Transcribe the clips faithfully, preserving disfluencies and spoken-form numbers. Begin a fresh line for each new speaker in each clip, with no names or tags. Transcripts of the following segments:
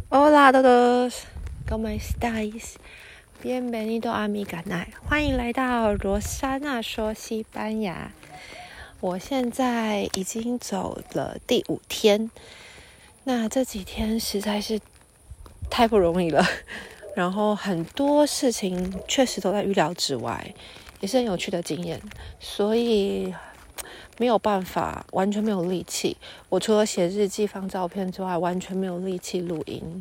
Hola a todos, ¿cómo estáis? Bienvenido a mi canal， 欢迎来到罗莎娜说西班牙。我现在已经走了第五天，那这几天实在是太不容易了，然后很多事情确实都在预料之外，也是很有趣的经验，所以没有办法，完全没有力气。我除了写日记、放照片之外，完全没有力气录音。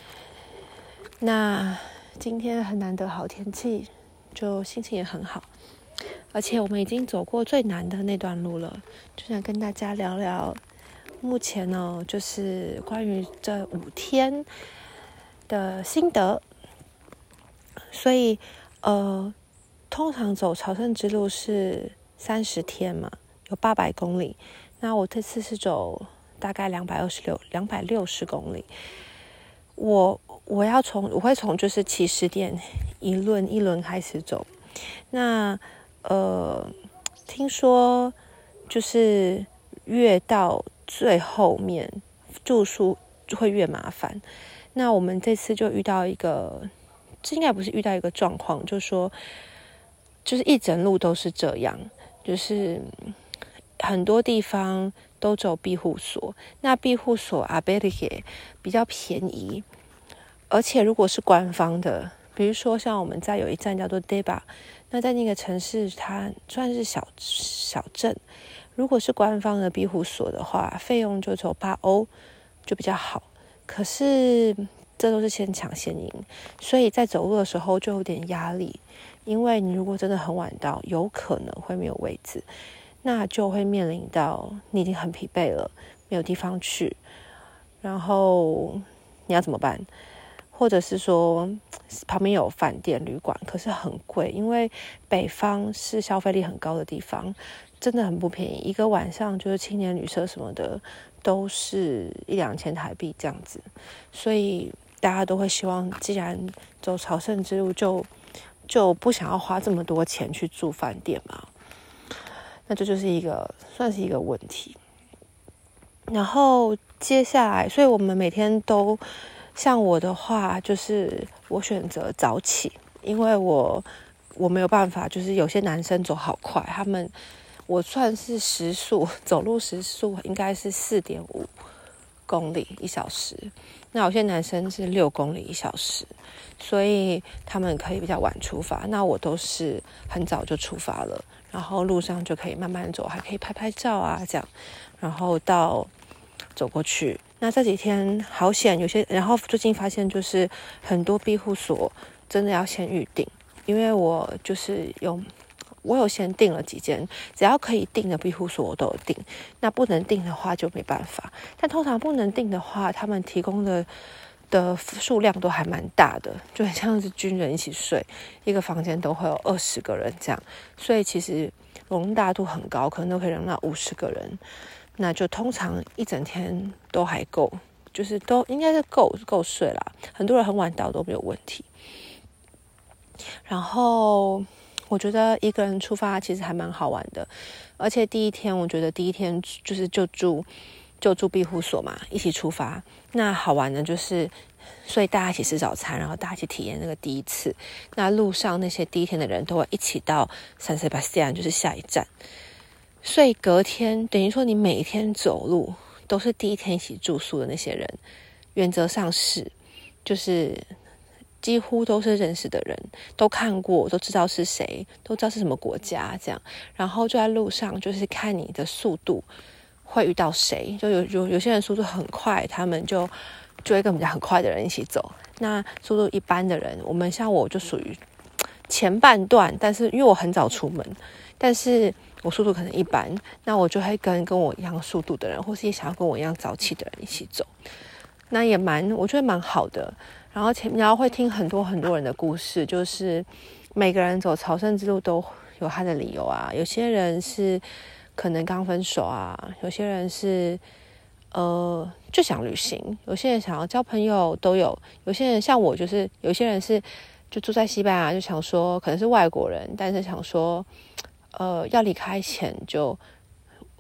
那今天很难得好天气，就心情也很好。而且我们已经走过最难的那段路了，就想跟大家聊聊目前呢，就是关于这五天的心得。所以，呃，通常走朝圣之路是三十天嘛，有八百公里。那我这次是走大概两百二十六、两百六十公里。我我要从我会从就是起始点一轮一轮开始走。那呃，听说就是越到最后面住宿就会越麻烦。那我们这次就遇到一个，这应该不是遇到一个状况，就是说，就是一整路都是这样，就是很多地方都走庇护所。那庇护所阿贝利耶比较便宜，而且如果是官方的，比如说像我们在有一站叫做 Deba， 那在那个城市它算是小小镇，如果是官方的庇护所的话，费用就走八欧就比较好。可是这都是先抢先赢，所以在走路的时候就有点压力，因为你如果真的很晚到，有可能会没有位置，那就会面临到你已经很疲惫了，没有地方去，然后你要怎么办？或者是说旁边有饭店旅馆，可是很贵，因为北方是消费力很高的地方，真的很不便宜，一个晚上就是青年旅社什么的都是一两千台币这样子，所以大家都会希望既然走朝圣之路就就不想要花这么多钱去住饭店嘛，那这就是一个算是一个问题。然后接下来，所以我们每天都像我的话，就是我选择早起，因为我我没有办法，就是有些男生走好快，他们我算是时速走路时速应该是四点五公里一小时，那有些男生是六公里一小时，所以他们可以比较晚出发。那我都是很早就出发了，然后路上就可以慢慢走，还可以拍拍照啊这样，然后到走过去。那这几天好险，有些然后最近发现就是很多庇护所真的要先预定，因为我就是有我有先订了几间，只要可以订的庇护所我都有订，那不能订的话就没办法。但通常不能订的话，他们提供的的数量都还蛮大的，就很像是军人一起睡，一个房间都会有二十个人这样，所以其实容大度很高，可能都可以容纳五十个人。那就通常一整天都还够，就是都应该是够够睡啦。很多人很晚到都没有问题。然后我觉得一个人出发其实还蛮好玩的，而且第一天我觉得第一天就是就住就住庇护所嘛，一起出发。那好玩的就是，所以大家一起吃早餐，然后大家一起体验那个第一次。那路上那些第一天的人都会一起到San Sebastián，就是下一站。所以隔天等于说你每一天走路都是第一天一起住宿的那些人，原则上是就是几乎都是认识的人，都看过，都知道是谁，都知道是什么国家这样。然后就在路上就是看你的速度会遇到谁，就有有有些人速度很快，他们就就会跟比较很快的人一起走。那速度一般的人，我们像我就属于前半段，但是因为我很早出门，但是我速度可能一般，那我就会跟跟我一样速度的人，或是也想要跟我一样早起的人一起走，那也蛮我觉得蛮好的。然后前然后会听很多很多人的故事，就是每个人走朝圣之路都有他的理由啊。有些人是可能刚分手啊，有些人是呃就想旅行，有些人想要交朋友都有。有些人像我，就是有些人是就住在西班牙，就想说可能是外国人，但是想说呃要离开前就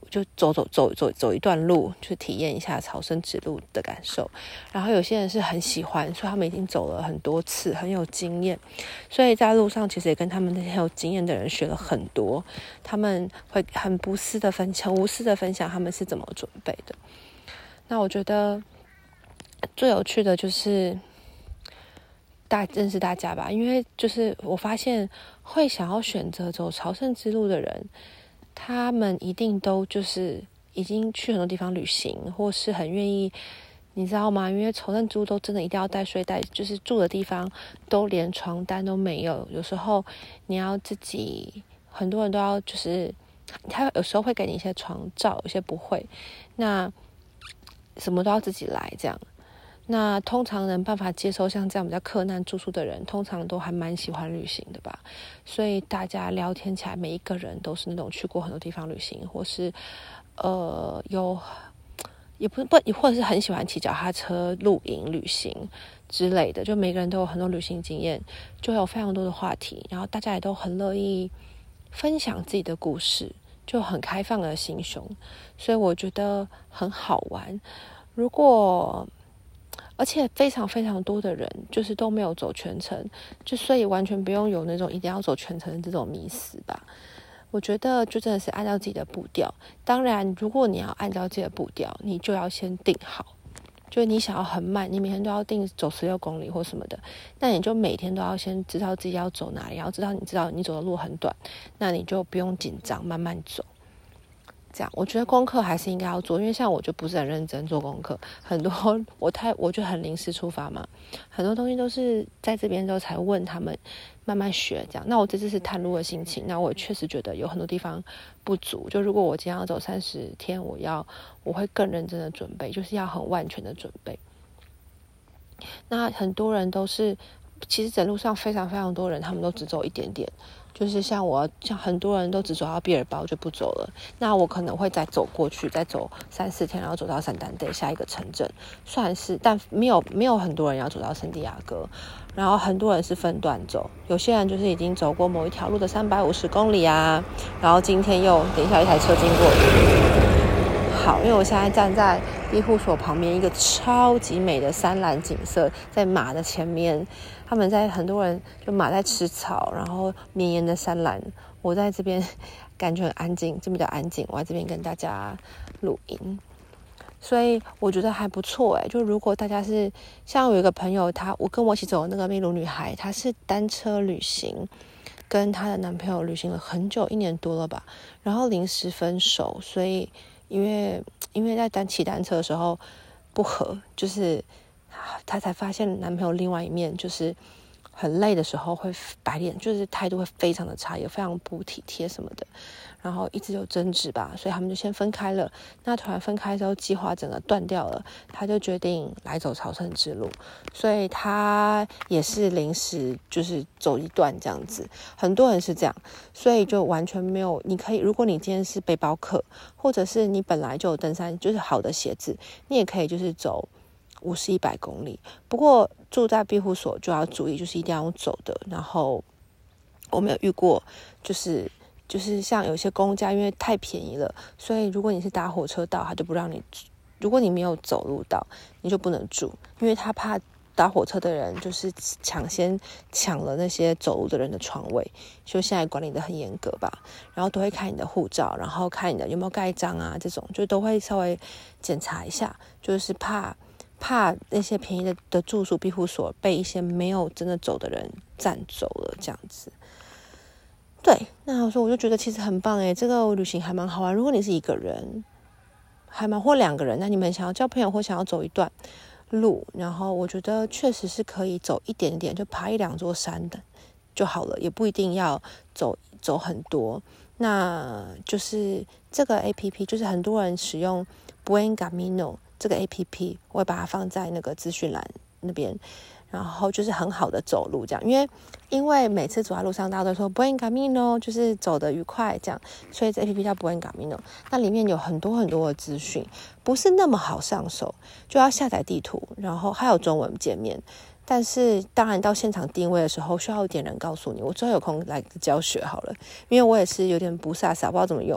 就走走走走走一段路，去体验一下朝圣之路的感受。然后有些人是很喜欢，所以他们已经走了很多次，很有经验，所以在路上其实也跟他们那些有经验的人学了很多。他们会很不私的分享，无私的分享他们是怎么准备的。那我觉得最有趣的就是大认识大家吧，因为就是我发现会想要选择走朝圣之路的人，他们一定都就是已经去很多地方旅行，或是很愿意，你知道吗？因为朝圣之路都真的一定要带睡袋，就是住的地方都连床单都没有，有时候你要自己，很多人都要就是他有时候会给你一些床罩，有些不会，那什么都要自己来这样。那通常能办法接受像这样比较克难住宿的人，通常都还蛮喜欢旅行的吧。所以大家聊天起来，每一个人都是那种去过很多地方旅行，或是呃有也不不或者是很喜欢骑脚踏车、露营、旅行之类的，就每个人都有很多旅行经验，就会有非常多的话题，然后大家也都很乐意分享自己的故事，就很开放的心胸，所以我觉得很好玩。如果而且非常非常多的人就是都没有走全程，就所以完全不用有那种一定要走全程的这种迷思吧。我觉得就真的是按照自己的步调，当然如果你要按照自己的步调，你就要先定好，就你想要很慢，你每天都要定走十六公里或什么的，那你就每天都要先知道自己要走哪里，然后知道你知道你走的路很短，那你就不用紧张，慢慢走。这样我觉得功课还是应该要做，因为像我就不是很认真做功课，很多我太我就很临时出发嘛，很多东西都是在这边之后才问他们，慢慢学这样。那我这次是探路的心情，那我确实觉得有很多地方不足，就如果我今天要走三十天，我要我会更认真的准备，就是要很万全的准备。那很多人都是，其实整路上非常非常多人，他们都只走一点点，就是像我，像很多人都只走到毕尔包就不走了。那我可能会再走过去，再走三四天，然后走到圣丹德下一个城镇，算是，但没有没有很多人要走到圣地亚哥。然后很多人是分段走，有些人就是已经走过某一条路的三百五十公里啊，然后今天又等一下一台车经过。好，因为我现在站在庇护所旁边一个超级美的山岚景色，在马的前面，他们在很多人就马在吃草，然后绵延的山岚，我在这边感觉很安静，这边比较安静，我在这边跟大家录音，所以我觉得还不错诶。就如果大家是像有一个朋友，他我跟我一起走的那个秘鲁女孩，她是单车旅行，跟她的男朋友旅行了很久，一年多了吧，然后临时分手，所以因为因为在单骑单车的时候不合，就是她才发现男朋友另外一面，就是很累的时候会白脸，就是态度会非常的差，也非常不体贴什么的，然后一直有争执吧，所以他们就先分开了。那突然分开之后，计划整个断掉了，他就决定来走朝圣之路，所以他也是临时就是走一段这样子。很多人是这样，所以就完全没有，你可以，如果你今天是背包客，或者是你本来就有登山就是好的鞋子，你也可以就是走五十、一百公里。不过住在庇护所就要注意，就是一定要用走的。然后我没有遇过，就是就是像有些公家因为太便宜了，所以如果你是搭火车到，他就不让你住。如果你没有走路到，你就不能住，因为他怕搭火车的人就是抢先抢了那些走路的人的床位，就现在管理的很严格吧。然后都会看你的护照，然后看你的有没有盖章啊，这种就都会稍微检查一下，就是怕怕那些便宜的的住宿庇护所被一些没有真的走的人占走了这样子。对，那我说我就觉得其实很棒诶，这个旅行还蛮好玩。如果你是一个人，还蛮或两个人，那你们想要交朋友或想要走一段路，然后我觉得确实是可以走一点点，就爬一两座山的就好了，也不一定要走走很多。那就是这个 A P P， 就是很多人使用 Buen Camino 这个 A P P， 我会把它放在那个资讯栏那边。然后就是很好的走路这样，因为因为每次走在路上大家都说 Buen Camino 就是走得愉快这样，所以这 A P P 叫 Buen Camino。 那里面有很多很多的资讯，不是那么好上手，就要下载地图，然后还有中文界面，但是当然到现场定位的时候需要一点人告诉你，我之后有空来教学好了，因为我也是有点不飒飒不知道怎么用，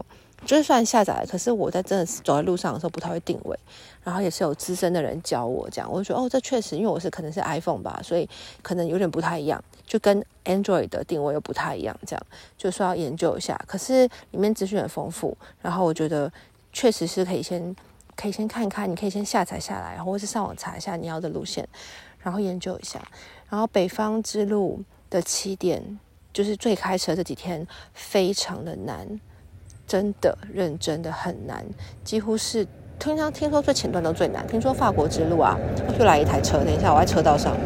就是虽然下载了，可是我在真的是走在路上的时候不太会定位，然后也是有资深的人教我这样，我就觉得哦，这确实，因为我是可能是 iPhone 吧，所以可能有点不太一样，就跟 Android 的定位又不太一样，这样就说要研究一下。可是里面资讯很丰富，然后我觉得确实是可以先可以先看看，你可以先下载下来，或者是上网查一下你要的路线，然后研究一下。然后北方之路的起点就是最开始的这几天非常的难。真的认真的很难，几乎是听说听说最前段都最难。听说法国之路啊，又来一台车，等一下我在车道上。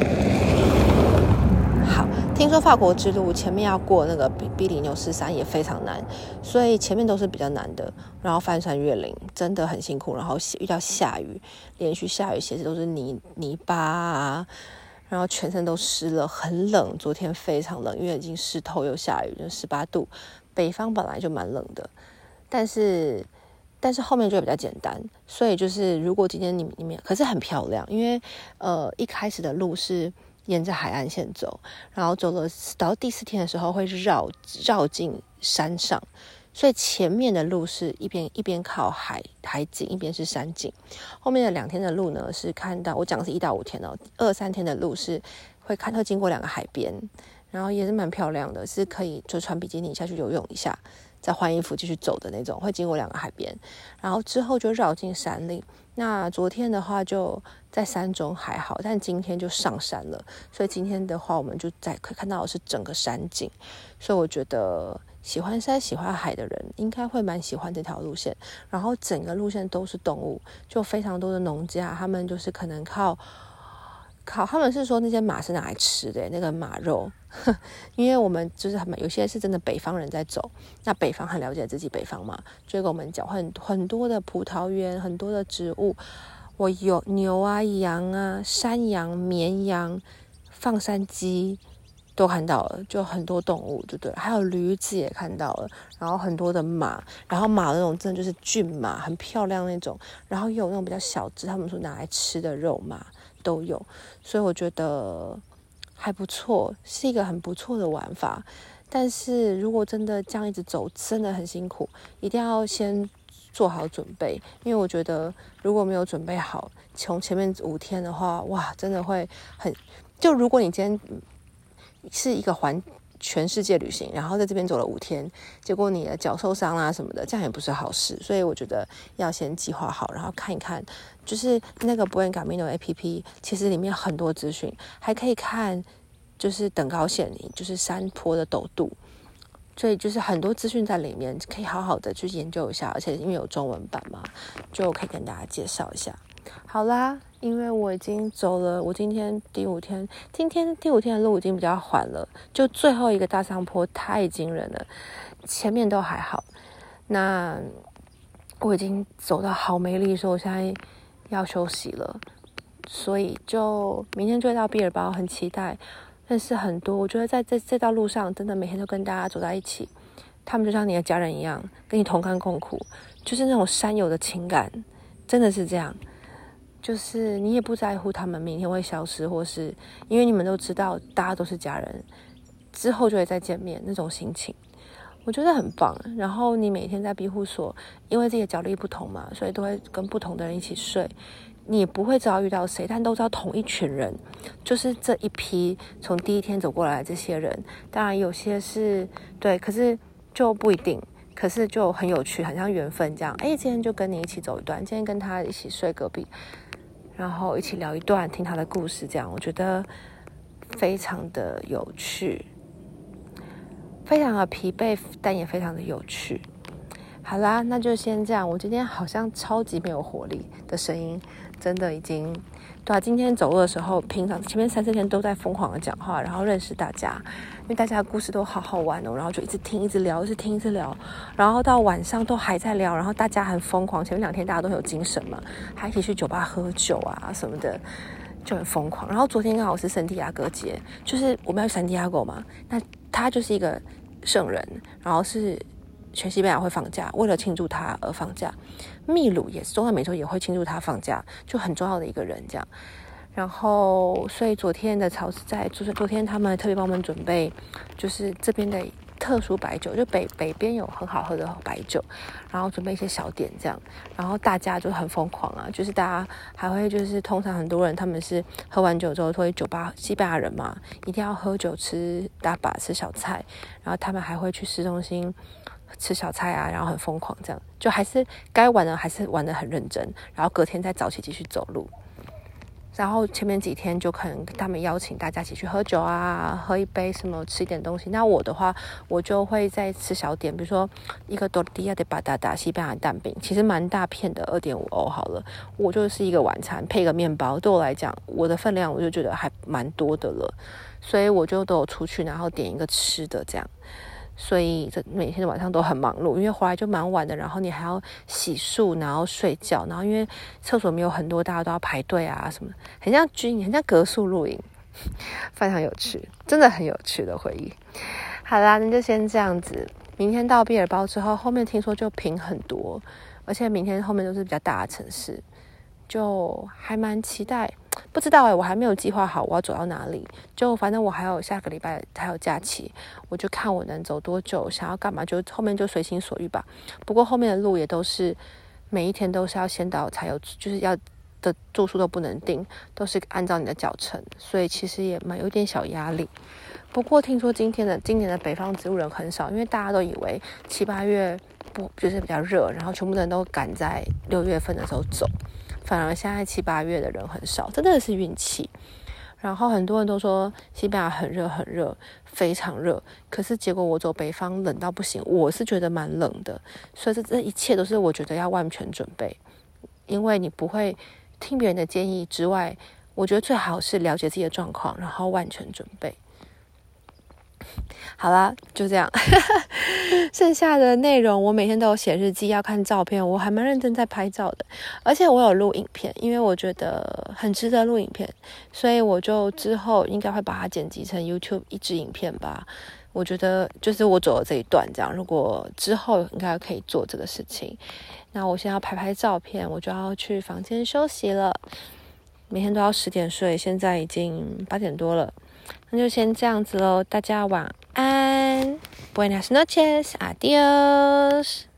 好，听说法国之路前面要过那个比比利牛斯山也非常难，所以前面都是比较难的。然后翻山越岭真的很辛苦，然后遇到下雨，连续下雨，鞋子都是泥泥巴啊。然后全身都湿了，很冷。昨天非常冷，因为已经湿透又下雨，就十八度。北方本来就蛮冷的，但是但是后面就比较简单。所以就是如果今天你你们可是很漂亮，因为呃一开始的路是沿着海岸线走，然后走了到第四天的时候会绕绕进山上。所以前面的路是一边一边靠海海景，一边是山景。后面的两天的路呢，是看到我讲的是一到五天哦，二三天的路是会看会经过两个海边，然后也是蛮漂亮的，是可以就穿比基尼下去游泳一下，再换衣服继续走的那种，会经过两个海边，然后之后就绕进山里。那昨天的话就在山中还好，但今天就上山了，所以今天的话我们就在可以看到的是整个山景，所以我觉得喜欢山喜欢海的人应该会蛮喜欢这条路线。然后整个路线都是动物，就非常多的农家，他们就是可能靠靠他们是说那些马是拿来吃的，那个马肉因为我们就是很有些是真的北方人在走，那北方很了解自己北方嘛，就跟我们讲很很多的葡萄园，很多的植物，我有牛啊羊啊山羊绵羊放山鸡都看到了，就很多动物就对了，还有驴子也看到了，然后很多的马，然后马那种真的就是骏马，很漂亮那种，然后也有那种比较小只，他们说拿来吃的肉马都有，所以我觉得还不错，是一个很不错的玩法。但是如果真的这样一直走真的很辛苦，一定要先做好准备，因为我觉得如果没有准备好，从前面五天的话，哇真的会很，就如果你今天是一个环全世界旅行，然后在这边走了五天，结果你的脚受伤啦什么的，这样也不是好事。所以我觉得要先计划好，然后看一看，就是那个 Buen Camino A P P， 其实里面很多资讯，还可以看就是等高线，就是山坡的陡度，所以就是很多资讯在里面，可以好好的去研究一下。而且因为有中文版嘛，就可以跟大家介绍一下。好啦，因为我已经走了，我今天第五天，今天第五天的路已经比较缓了，就最后一个大上坡太惊人了，前面都还好。那我已经走到好没力，所以我现在要休息了，所以就明天就会到毕尔包，很期待。认识很多，我觉得在这这道路上，真的每天都跟大家走在一起，他们就像你的家人一样，跟你同甘共苦，就是那种山友的情感，真的是这样。就是你也不在乎他们明天会消失，或是因为你们都知道大家都是家人，之后就会再见面，那种心情我觉得很棒。然后你每天在庇护所，因为自己的脚力不同嘛，所以都会跟不同的人一起睡，你也不会知道遇到谁，但都知道同一群人，就是这一批从第一天走过来的这些人。当然有些是对，可是就不一定，可是就很有趣，很像缘分这样。哎，今天就跟你一起走一段，今天跟他一起睡隔壁，然后一起聊一段，听他的故事，这样我觉得非常的有趣，非常的疲惫，但也非常的有趣。好啦，那就先这样。我今天好像超级没有活力的声音，真的已经对啊。今天走路的时候，平常前面三四天都在疯狂的讲话，然后认识大家，因为大家的故事都好好玩哦，然后就一直听，一直聊，一直听，一直聊，然后到晚上都还在聊，然后大家很疯狂。前面两天大家都很有精神嘛，还一起去酒吧喝酒啊什么的，就很疯狂。然后昨天刚好是圣地亚哥节，就是我们要去圣地亚哥嘛，那他就是一个圣人，然后是全西班牙会放假，为了庆祝他而放假。秘鲁也是，中南美洲也会庆祝他放假，就很重要的一个人这样。然后所以昨天的草是在就是昨天他们特别帮我们准备，就是这边的特殊白酒，就北北边有很好喝的白酒，然后准备一些小点这样，然后大家就很疯狂啊，就是大家还会就是通常很多人他们是喝完酒之后会酒吧，西班牙人嘛，一定要喝酒吃大把吃小菜，然后他们还会去市中心吃小菜啊，然后很疯狂这样，就还是该玩的还是玩得很认真，然后隔天再早起继续走路。然后前面几天就可能他们邀请大家一起去喝酒啊，喝一杯什么，吃一点东西。那我的话，我就会再吃小点，比如说一个 tortilla de patata 西班牙蛋饼，其实蛮大片的， 二点五欧好了。我就是一个晚餐配个面包，对我来讲，我的分量我就觉得还蛮多的了，所以我就都有出去，然后点一个吃的这样。所以这每天晚上都很忙碌，因为回来就蛮晚的，然后你还要洗漱，然后睡觉，然后因为厕所没有很多，大家都要排队啊什么，很像军营，很像格宿露营，非常有趣，真的很有趣的回忆。好啦，那就先这样子，明天到毕尔包之后，后面听说就平很多，而且明天后面都是比较大的城市，就还蛮期待。不知道哎、欸，我还没有计划好我要走到哪里。就反正我还有下个礼拜还有假期，我就看我能走多久，想要干嘛，就后面就随心所欲吧。不过后面的路也都是每一天都是要先到才有，就是要的住宿都不能定，都是按照你的脚程，所以其实也蛮有点小压力。不过听说今天的今年的北方植物人很少，因为大家都以为七八月不就是比较热，然后全部的人都赶在六月份的时候走。反而现在七八月的人很少，真的是运气。然后很多人都说西班牙很热很热，非常热，可是结果我走北方冷到不行，我是觉得蛮冷的。所以这这一切都是我觉得要万全准备，因为你不会听别人的建议之外，我觉得最好是了解自己的状况，然后万全准备。好啦，就这样剩下的内容我每天都有写日记，要看照片，我还蛮认真在拍照的，而且我有录影片，因为我觉得很值得录影片，所以我就之后应该会把它剪辑成 YouTube 一支影片吧。我觉得就是我走的这一段这样，如果之后应该可以做这个事情。那我现在要拍拍照片，我就要去房间休息了，每天都要十点睡，现在已经八点多了，那就先这样子咯，大家晚安 Buenas noches, adiós。